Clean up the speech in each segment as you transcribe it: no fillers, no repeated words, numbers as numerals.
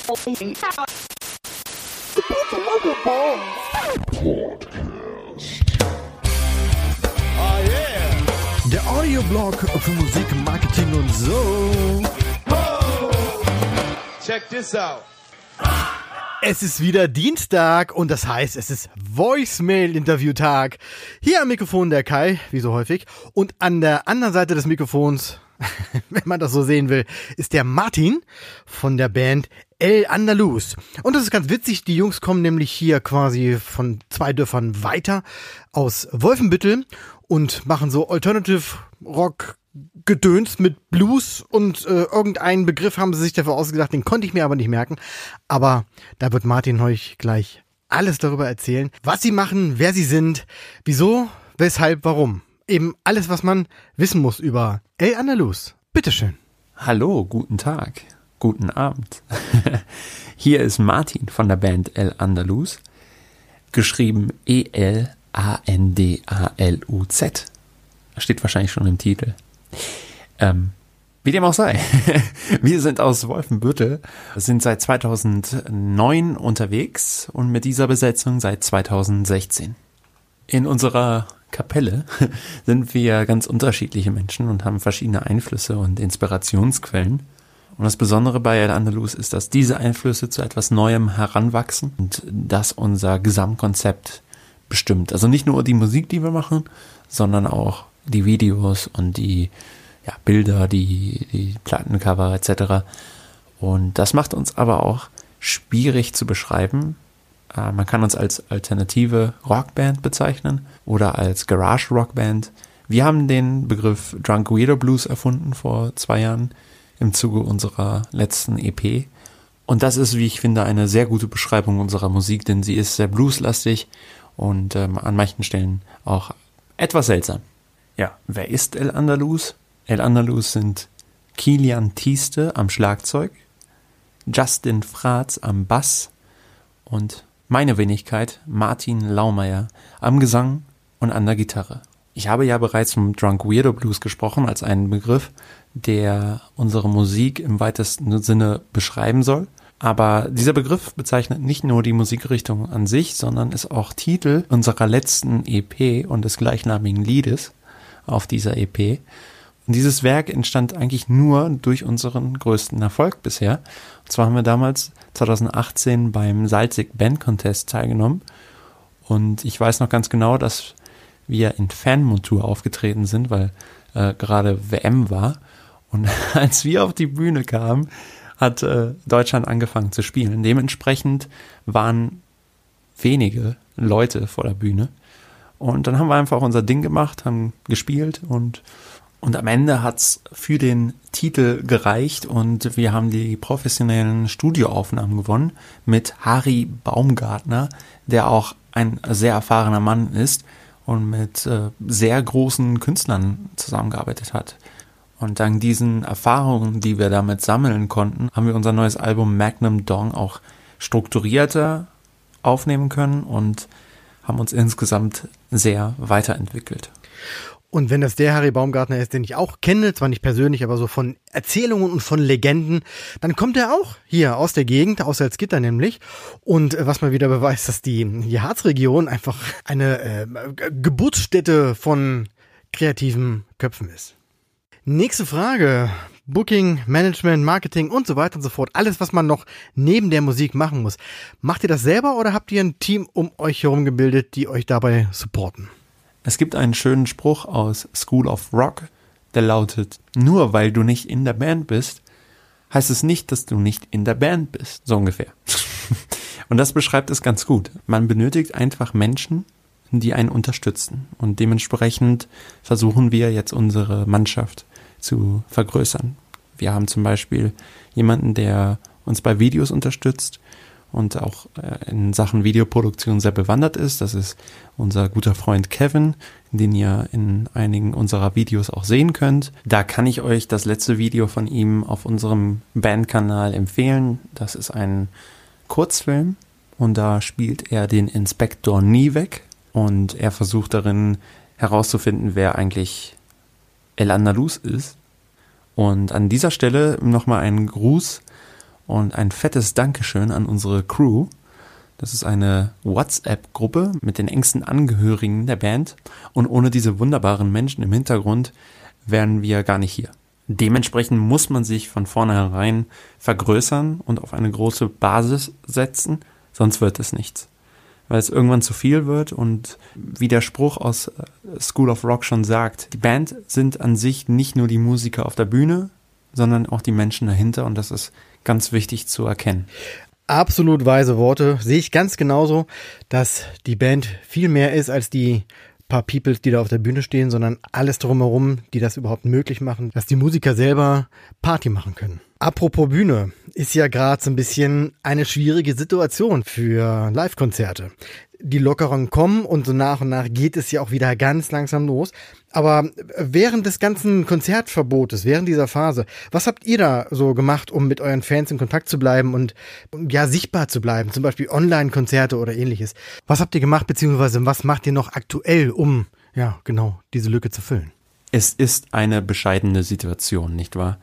Der Audioblog für Musik, Marketing und so. Check this out. Es ist wieder Dienstag und das heißt, es ist Voicemail-Interview-Tag. Hier am Mikrofon der Kai, wie so häufig. Und an der anderen Seite des Mikrofons, wenn man das so sehen will, ist der Martin von der Band El Andalus. Und das ist ganz witzig, die Jungs kommen nämlich hier quasi von 2 Dörfern weiter aus Wolfenbüttel und machen so Alternative Rock Gedöns mit Blues und irgendeinen Begriff haben sie sich dafür ausgedacht, den konnte ich mir aber nicht merken. Aber da wird Martin euch gleich alles darüber erzählen, was sie machen, wer sie sind, wieso, weshalb, warum. Eben alles, was man wissen muss über El Andalus. Bitteschön. Hallo, guten Tag, guten Abend. Hier ist Martin von der Band El Andalus, geschrieben E-L-A-N-D-A-L-U-Z. Steht wahrscheinlich schon im Titel. Wie dem auch sei. Wir sind aus Wolfenbüttel, sind seit 2009 unterwegs und mit dieser Besetzung seit 2016. In unserer Kapelle sind wir ganz unterschiedliche Menschen und haben verschiedene Einflüsse und Inspirationsquellen. Und das Besondere bei El Andalus ist, dass diese Einflüsse zu etwas Neuem heranwachsen und das unser Gesamtkonzept bestimmt. Also nicht nur die Musik, die wir machen, sondern auch die Videos und die Bilder, die Plattencover etc. Und das macht uns aber auch schwierig zu beschreiben. Man kann uns als alternative Rockband bezeichnen oder als Garage Rockband. Wir haben den Begriff Drunk Weirdo Blues erfunden vor 2 Jahren im Zuge unserer letzten EP. Und das ist, wie ich finde, eine sehr gute Beschreibung unserer Musik, denn sie ist sehr blueslastig und an manchen Stellen auch etwas seltsam. Ja, wer ist El Andalus? El Andalus sind Kilian Thieste am Schlagzeug, Justin Fratz am Bass und meine Wenigkeit Martin Laumeier am Gesang und an der Gitarre. Ich habe ja bereits vom Drunk Weirdo Blues gesprochen als einen Begriff, der unsere Musik im weitesten Sinne beschreiben soll. Aber dieser Begriff bezeichnet nicht nur die Musikrichtung an sich, sondern ist auch Titel unserer letzten EP und des gleichnamigen Liedes auf dieser EP. Und dieses Werk entstand eigentlich nur durch unseren größten Erfolg bisher. Und zwar haben wir damals 2018 beim Salzig Band Contest teilgenommen. Und ich weiß noch ganz genau, dass wir in Fanmontur aufgetreten sind, weil gerade WM war. Und als wir auf die Bühne kamen, hat Deutschland angefangen zu spielen. Dementsprechend waren wenige Leute vor der Bühne. Und dann haben wir einfach unser Ding gemacht, haben gespielt und am Ende hat's für den Titel gereicht und wir haben die professionellen Studioaufnahmen gewonnen mit Harry Baumgartner, der auch ein sehr erfahrener Mann ist und mit sehr großen Künstlern zusammengearbeitet hat. Und dank diesen Erfahrungen, die wir damit sammeln konnten, haben wir unser neues Album Magnum Dong auch strukturierter aufnehmen können und haben uns insgesamt sehr weiterentwickelt. Und wenn das der Harry Baumgartner ist, den ich auch kenne, zwar nicht persönlich, aber so von Erzählungen und von Legenden, dann kommt er auch hier aus der Gegend, aus Salzgitter nämlich. Und was mal wieder beweist, dass die Harzregion einfach eine Geburtsstätte von kreativen Köpfen ist. Nächste Frage. Booking, Management, Marketing und so weiter und so fort. Alles, was man noch neben der Musik machen muss. Macht ihr das selber oder habt ihr ein Team um euch herum gebildet, die euch dabei supporten? Es gibt einen schönen Spruch aus School of Rock, der lautet: Nur weil du nicht in der Band bist, heißt es nicht, dass du nicht in der Band bist. So ungefähr. Und das beschreibt es ganz gut. Man benötigt einfach Menschen, die einen unterstützen. Und dementsprechend versuchen wir jetzt unsere Mannschaft zu vergrößern. Wir haben zum Beispiel jemanden, der uns bei Videos unterstützt und auch in Sachen Videoproduktion sehr bewandert ist. Das ist unser guter Freund Kevin, den ihr in einigen unserer Videos auch sehen könnt. Da kann ich euch das letzte Video von ihm auf unserem Bandkanal empfehlen. Das ist ein Kurzfilm und da spielt er den Inspektor Niewek und er versucht darin herauszufinden, wer eigentlich El Andalus ist. Und an dieser Stelle nochmal einen Gruß Und ein fettes Dankeschön an unsere Crew. Das ist eine WhatsApp-Gruppe mit den engsten Angehörigen der Band. Und ohne diese wunderbaren Menschen im Hintergrund wären wir gar nicht hier. Dementsprechend muss man sich von vornherein vergrößern und auf eine große Basis setzen, sonst wird es nichts. Weil es irgendwann zu viel wird und wie der Spruch aus School of Rock schon sagt, die Band sind an sich nicht nur die Musiker auf der Bühne, sondern auch die Menschen dahinter und das ist ganz wichtig zu erkennen. Absolut weise Worte. Sehe ich ganz genauso, dass die Band viel mehr ist als die paar Peoples, die da auf der Bühne stehen, sondern alles drumherum, die das überhaupt möglich machen, dass die Musiker selber Party machen können. Apropos Bühne, ist ja gerade so ein bisschen eine schwierige Situation für Live-Konzerte. Die Lockerungen kommen und so nach geht es ja auch wieder ganz langsam los. Aber während des ganzen Konzertverbotes, während dieser Phase, was habt ihr da so gemacht, um mit euren Fans in Kontakt zu bleiben und ja sichtbar zu bleiben? Zum Beispiel Online-Konzerte oder ähnliches. Was habt ihr gemacht, beziehungsweise was macht ihr noch aktuell, um ja genau diese Lücke zu füllen? Es ist eine bescheidene Situation, nicht wahr?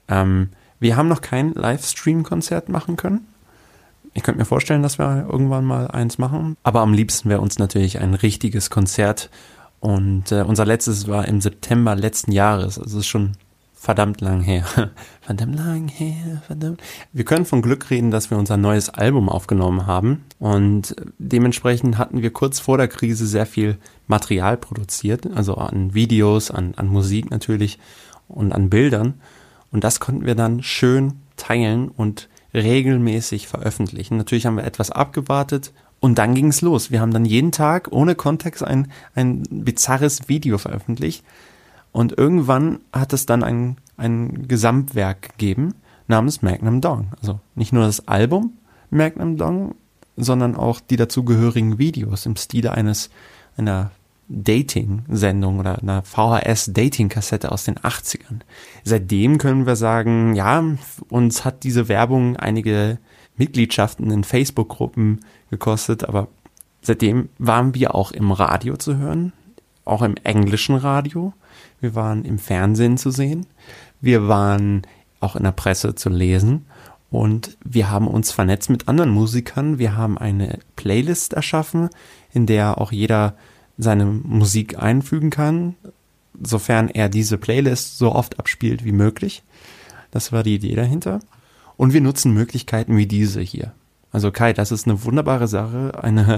Wir haben noch kein Livestream-Konzert machen können. Ich könnte mir vorstellen, dass wir irgendwann mal eins machen. Aber am liebsten wäre uns natürlich ein richtiges Konzert. Und unser letztes war im September letzten Jahres. Also es ist schon verdammt lang her. Verdammt lang her, verdammt. Wir können von Glück reden, dass wir unser neues Album aufgenommen haben. Und dementsprechend hatten wir kurz vor der Krise sehr viel Material produziert. Also an Videos, an Musik natürlich und an Bildern. Und das konnten wir dann schön teilen und regelmäßig veröffentlichen. Natürlich haben wir etwas abgewartet und dann ging es los. Wir haben dann jeden Tag ohne Kontext ein bizarres Video veröffentlicht und irgendwann hat es dann ein Gesamtwerk gegeben namens Magnum Dong. Also nicht nur das Album Magnum Dong, sondern auch die dazugehörigen Videos im Stile einer Dating-Sendung oder einer VHS-Dating-Kassette aus den 80ern. Seitdem können wir sagen, ja, uns hat diese Werbung einige Mitgliedschaften in Facebook-Gruppen gekostet, aber seitdem waren wir auch im Radio zu hören, auch im englischen Radio. Wir waren im Fernsehen zu sehen. Wir waren auch in der Presse zu lesen und wir haben uns vernetzt mit anderen Musikern. Wir haben eine Playlist erschaffen, in der auch jeder seine Musik einfügen kann, sofern er diese Playlist so oft abspielt wie möglich. Das war die Idee dahinter. Und wir nutzen Möglichkeiten wie diese hier. Also Kai, das ist eine wunderbare Sache, eine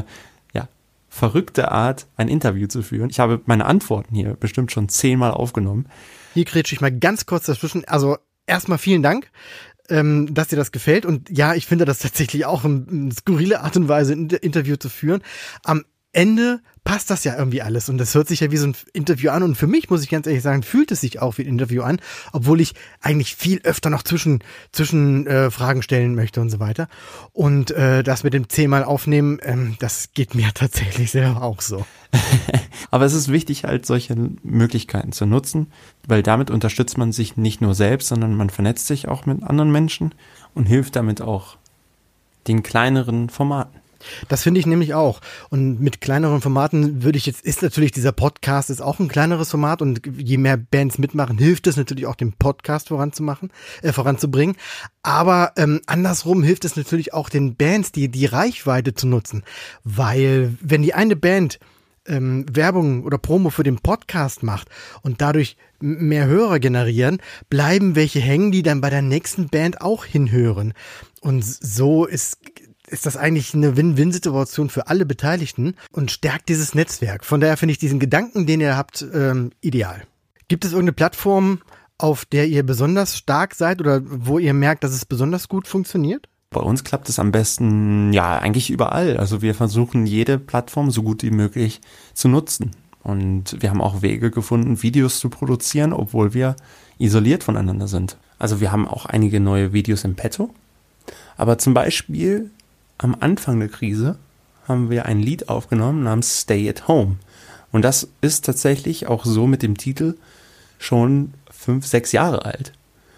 verrückte Art, ein Interview zu führen. Ich habe meine Antworten hier bestimmt schon 10-mal aufgenommen. Hier grätsche ich mal ganz kurz dazwischen. Also erstmal vielen Dank, dass dir das gefällt. Und ja, ich finde das tatsächlich auch eine skurrile Art und Weise, ein Interview zu führen. Am Ende passt das ja irgendwie alles und das hört sich ja wie so ein Interview an und für mich, muss ich ganz ehrlich sagen, fühlt es sich auch wie ein Interview an, obwohl ich eigentlich viel öfter noch zwischen Fragen stellen möchte und so weiter und das mit dem 10-mal aufnehmen, das geht mir tatsächlich selber auch so. Aber es ist wichtig, halt solche Möglichkeiten zu nutzen, weil damit unterstützt man sich nicht nur selbst, sondern man vernetzt sich auch mit anderen Menschen und hilft damit auch den kleineren Formaten. Das finde ich nämlich auch. Und mit kleineren Formaten ist natürlich dieser Podcast ist auch ein kleineres Format und je mehr Bands mitmachen, hilft es natürlich auch, den Podcast voranzubringen. Aber andersrum hilft es natürlich auch den Bands, die Reichweite zu nutzen. Weil wenn die eine Band Werbung oder Promo für den Podcast macht und dadurch mehr Hörer generieren, bleiben welche hängen, die dann bei der nächsten Band auch hinhören. Und so ist das eigentlich eine Win-Win-Situation für alle Beteiligten und stärkt dieses Netzwerk. Von daher finde ich diesen Gedanken, den ihr habt, ideal. Gibt es irgendeine Plattform, auf der ihr besonders stark seid oder wo ihr merkt, dass es besonders gut funktioniert? Bei uns klappt es am besten, ja, eigentlich überall. Also wir versuchen jede Plattform so gut wie möglich zu nutzen. Und wir haben auch Wege gefunden, Videos zu produzieren, obwohl wir isoliert voneinander sind. Also wir haben auch einige neue Videos im Petto. Aber zum Beispiel am Anfang der Krise haben wir ein Lied aufgenommen namens Stay at Home. Und das ist tatsächlich auch so mit dem Titel schon 5-6 Jahre alt.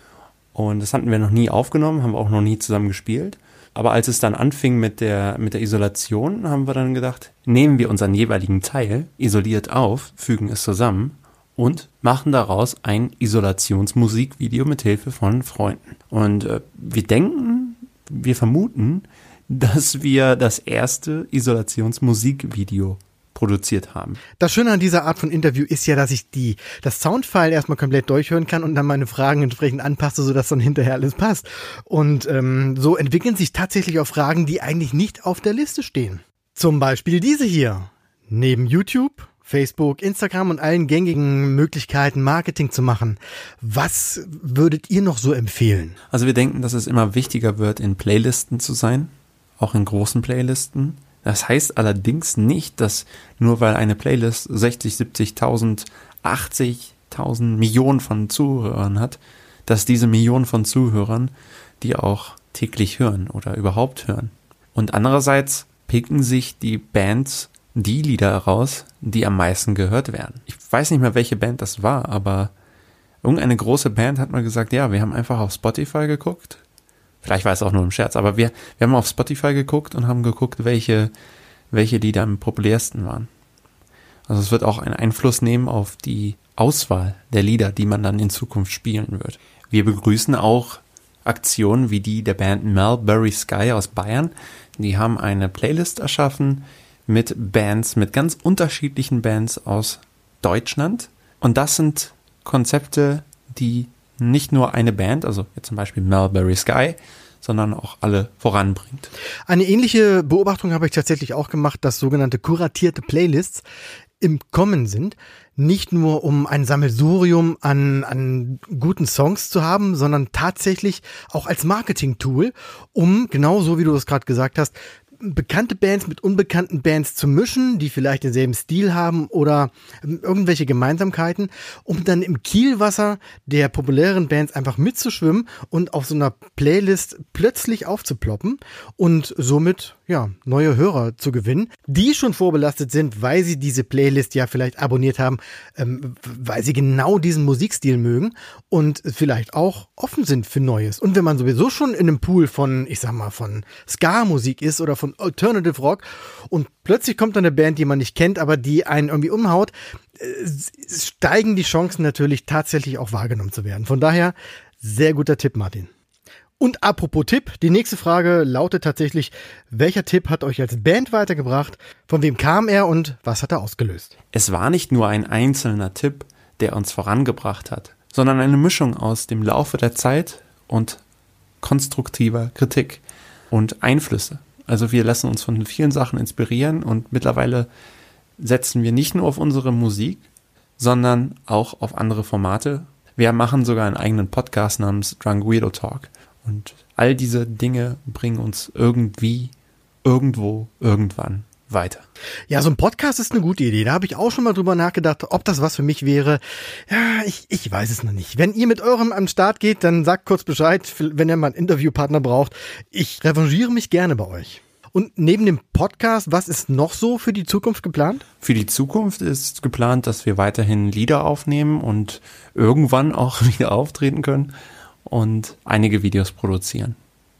Und das hatten wir noch nie aufgenommen, haben wir auch noch nie zusammen gespielt. Aber als es dann anfing mit der Isolation, haben wir dann gedacht, nehmen wir unseren jeweiligen Teil isoliert auf, fügen es zusammen und machen daraus ein Isolationsmusikvideo mit Hilfe von Freunden. Und wir denken, wir vermuten, dass wir das erste Isolationsmusikvideo produziert haben. Das Schöne an dieser Art von Interview ist ja, dass ich das Soundfile erstmal komplett durchhören kann und dann meine Fragen entsprechend anpasse, sodass dann hinterher alles passt. Und so entwickeln sich tatsächlich auch Fragen, die eigentlich nicht auf der Liste stehen. Zum Beispiel diese hier. Neben YouTube, Facebook, Instagram und allen gängigen Möglichkeiten, Marketing zu machen, was würdet ihr noch so empfehlen? Also wir denken, dass es immer wichtiger wird, in Playlisten zu sein, auch in großen Playlisten. Das heißt allerdings nicht, dass nur weil eine Playlist 60, 70.000, 80.000 Millionen von Zuhörern hat, dass diese Millionen von Zuhörern die auch täglich hören oder überhaupt hören. Und andererseits picken sich die Bands die Lieder raus, die am meisten gehört werden. Ich weiß nicht mehr, welche Band das war, aber irgendeine große Band hat mal gesagt, ja, wir haben einfach auf Spotify geguckt. Vielleicht war es auch nur im Scherz, aber wir haben auf Spotify geguckt und haben geguckt, welche Lieder am populärsten waren. Also es wird auch einen Einfluss nehmen auf die Auswahl der Lieder, die man dann in Zukunft spielen wird. Wir begrüßen auch Aktionen wie die der Band Mulberry Sky aus Bayern. Die haben eine Playlist erschaffen mit Bands, mit ganz unterschiedlichen Bands aus Deutschland. Und das sind Konzepte, die nicht nur eine Band, also jetzt zum Beispiel Mulberry Sky, sondern auch alle voranbringt. Eine ähnliche Beobachtung habe ich tatsächlich auch gemacht, dass sogenannte kuratierte Playlists im Kommen sind. Nicht nur um ein Sammelsurium an guten Songs zu haben, sondern tatsächlich auch als Marketing-Tool, um, genauso wie du es gerade gesagt hast, bekannte Bands mit unbekannten Bands zu mischen, die vielleicht denselben Stil haben oder irgendwelche Gemeinsamkeiten, um dann im Kielwasser der populären Bands einfach mitzuschwimmen und auf so einer Playlist plötzlich aufzuploppen und somit ja neue Hörer zu gewinnen, die schon vorbelastet sind, weil sie diese Playlist ja vielleicht abonniert haben, weil sie genau diesen Musikstil mögen und vielleicht auch offen sind für Neues. Und wenn man sowieso schon in einem Pool von, ich sag mal, von Ska-Musik ist oder von Alternative Rock und plötzlich kommt dann eine Band, die man nicht kennt, aber die einen irgendwie umhaut, steigen die Chancen natürlich tatsächlich auch wahrgenommen zu werden. Von daher, sehr guter Tipp, Martin. Und apropos Tipp, die nächste Frage lautet tatsächlich, welcher Tipp hat euch als Band weitergebracht? Von wem kam er und was hat er ausgelöst? Es war nicht nur ein einzelner Tipp, der uns vorangebracht hat, sondern eine Mischung aus dem Laufe der Zeit und konstruktiver Kritik und Einflüsse. Also wir lassen uns von vielen Sachen inspirieren und mittlerweile setzen wir nicht nur auf unsere Musik, sondern auch auf andere Formate. Wir machen sogar einen eigenen Podcast namens Drunk Weirdo Talk. Und all diese Dinge bringen uns irgendwie, irgendwo, irgendwann weiter. Ja, so ein Podcast ist eine gute Idee. Da habe ich auch schon mal drüber nachgedacht, ob das was für mich wäre. Ja, ich weiß es noch nicht. Wenn ihr mit eurem am Start geht, dann sagt kurz Bescheid, wenn ihr mal einen Interviewpartner braucht. Ich revanchiere mich gerne bei euch. Und neben dem Podcast, was ist noch so für die Zukunft geplant? Für die Zukunft ist geplant, dass wir weiterhin Lieder aufnehmen und irgendwann auch wieder auftreten können und einige Videos produzieren.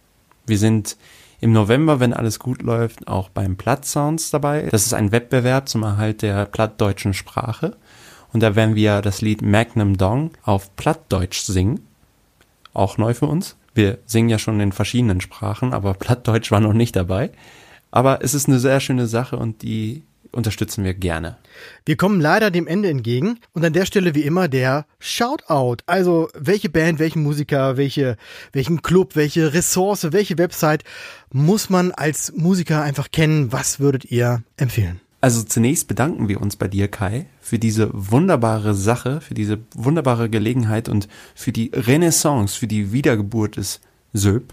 Wir sind im November, wenn alles gut läuft, auch beim Plattsounds dabei. Das ist ein Wettbewerb zum Erhalt der plattdeutschen Sprache. Und da werden wir das Lied Magnum Dong auf Plattdeutsch singen. Auch neu für uns. Wir singen ja schon in verschiedenen Sprachen, aber Plattdeutsch war noch nicht dabei. Aber es ist eine sehr schöne Sache und die unterstützen wir gerne. Wir kommen leider dem Ende entgegen und an der Stelle wie immer der Shoutout. Also welche Band, welchen Musiker, welchen Club, welche Ressource, welche Website muss man als Musiker einfach kennen? Was würdet ihr empfehlen? Also zunächst bedanken wir uns bei dir, Kai, für diese wunderbare Sache, für diese wunderbare Gelegenheit und für die Renaissance, für die Wiedergeburt des Söb.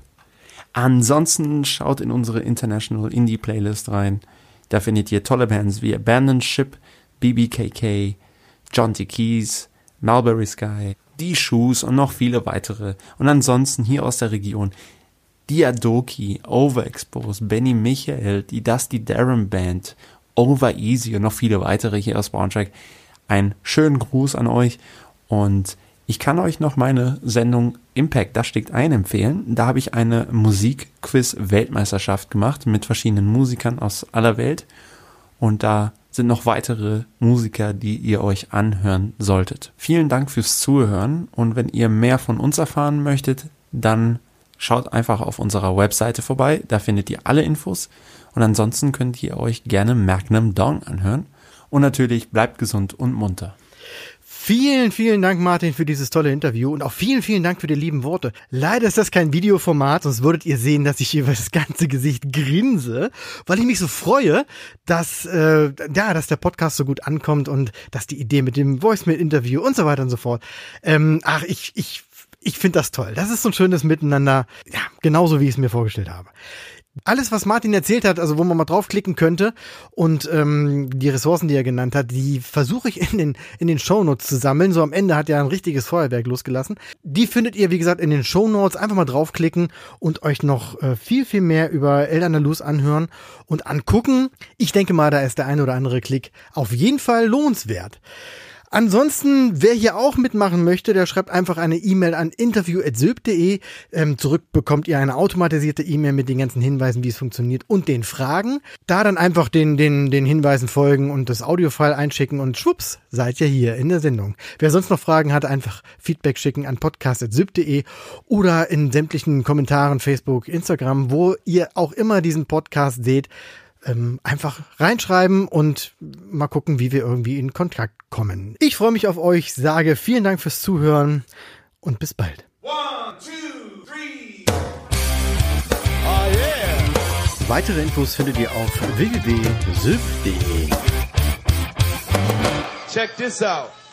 Ansonsten schaut in unsere International Indie Playlist rein. Da findet ihr tolle Bands wie Abandoned Ship, BBKK, John T. Keys, Mulberry Sky, Die Shoes und noch viele weitere. Und ansonsten hier aus der Region Diadoki, Overexposed, Benny Michael, die Dusty Darren Band, Over Easy und noch viele weitere hier aus Braunschweig. Einen schönen Gruß an euch und ich kann euch noch meine Sendung Impact, das steckt ein, empfehlen. Da habe ich eine Musikquiz-Weltmeisterschaft gemacht mit verschiedenen Musikern aus aller Welt. Und da sind noch weitere Musiker, die ihr euch anhören solltet. Vielen Dank fürs Zuhören und wenn ihr mehr von uns erfahren möchtet, dann schaut einfach auf unserer Webseite vorbei, da findet ihr alle Infos und ansonsten könnt ihr euch gerne Magnum Dawn anhören und natürlich bleibt gesund und munter. Vielen, vielen Dank, Martin, für dieses tolle Interview und auch vielen, vielen Dank für die lieben Worte. Leider ist das kein Videoformat, sonst würdet ihr sehen, dass ich hier über das ganze Gesicht grinse, weil ich mich so freue, dass der Podcast so gut ankommt und dass die Idee mit dem Voicemail-Interview und so weiter und so fort. Ich finde das toll. Das ist so ein schönes Miteinander, ja, genauso wie ich es mir vorgestellt habe. Alles, was Martin erzählt hat, also wo man mal draufklicken könnte und die Ressourcen, die er genannt hat, die versuche ich in den Shownotes zu sammeln. So am Ende hat er ein richtiges Feuerwerk losgelassen. Die findet ihr, wie gesagt, in den Shownotes. Einfach mal draufklicken und euch noch viel, viel mehr über El Andalus anhören und angucken. Ich denke mal, da ist der ein oder andere Klick auf jeden Fall lohnenswert. Ansonsten, wer hier auch mitmachen möchte, der schreibt einfach eine E-Mail an interview@sylp.de. Zurück bekommt ihr eine automatisierte E-Mail mit den ganzen Hinweisen, wie es funktioniert und den Fragen. Da dann einfach den Hinweisen folgen und das Audiofile einschicken und schwupps, seid ihr hier in der Sendung. Wer sonst noch Fragen hat, einfach Feedback schicken an podcast@sylp.de oder in sämtlichen Kommentaren, Facebook, Instagram, wo ihr auch immer diesen Podcast seht. Einfach reinschreiben und mal gucken, wie wir irgendwie in Kontakt kommen. Ich freue mich auf euch, sage vielen Dank fürs Zuhören und bis bald. 1, 2, 3. Oh yeah. Weitere Infos findet ihr auf www.sylp.de. Check this out.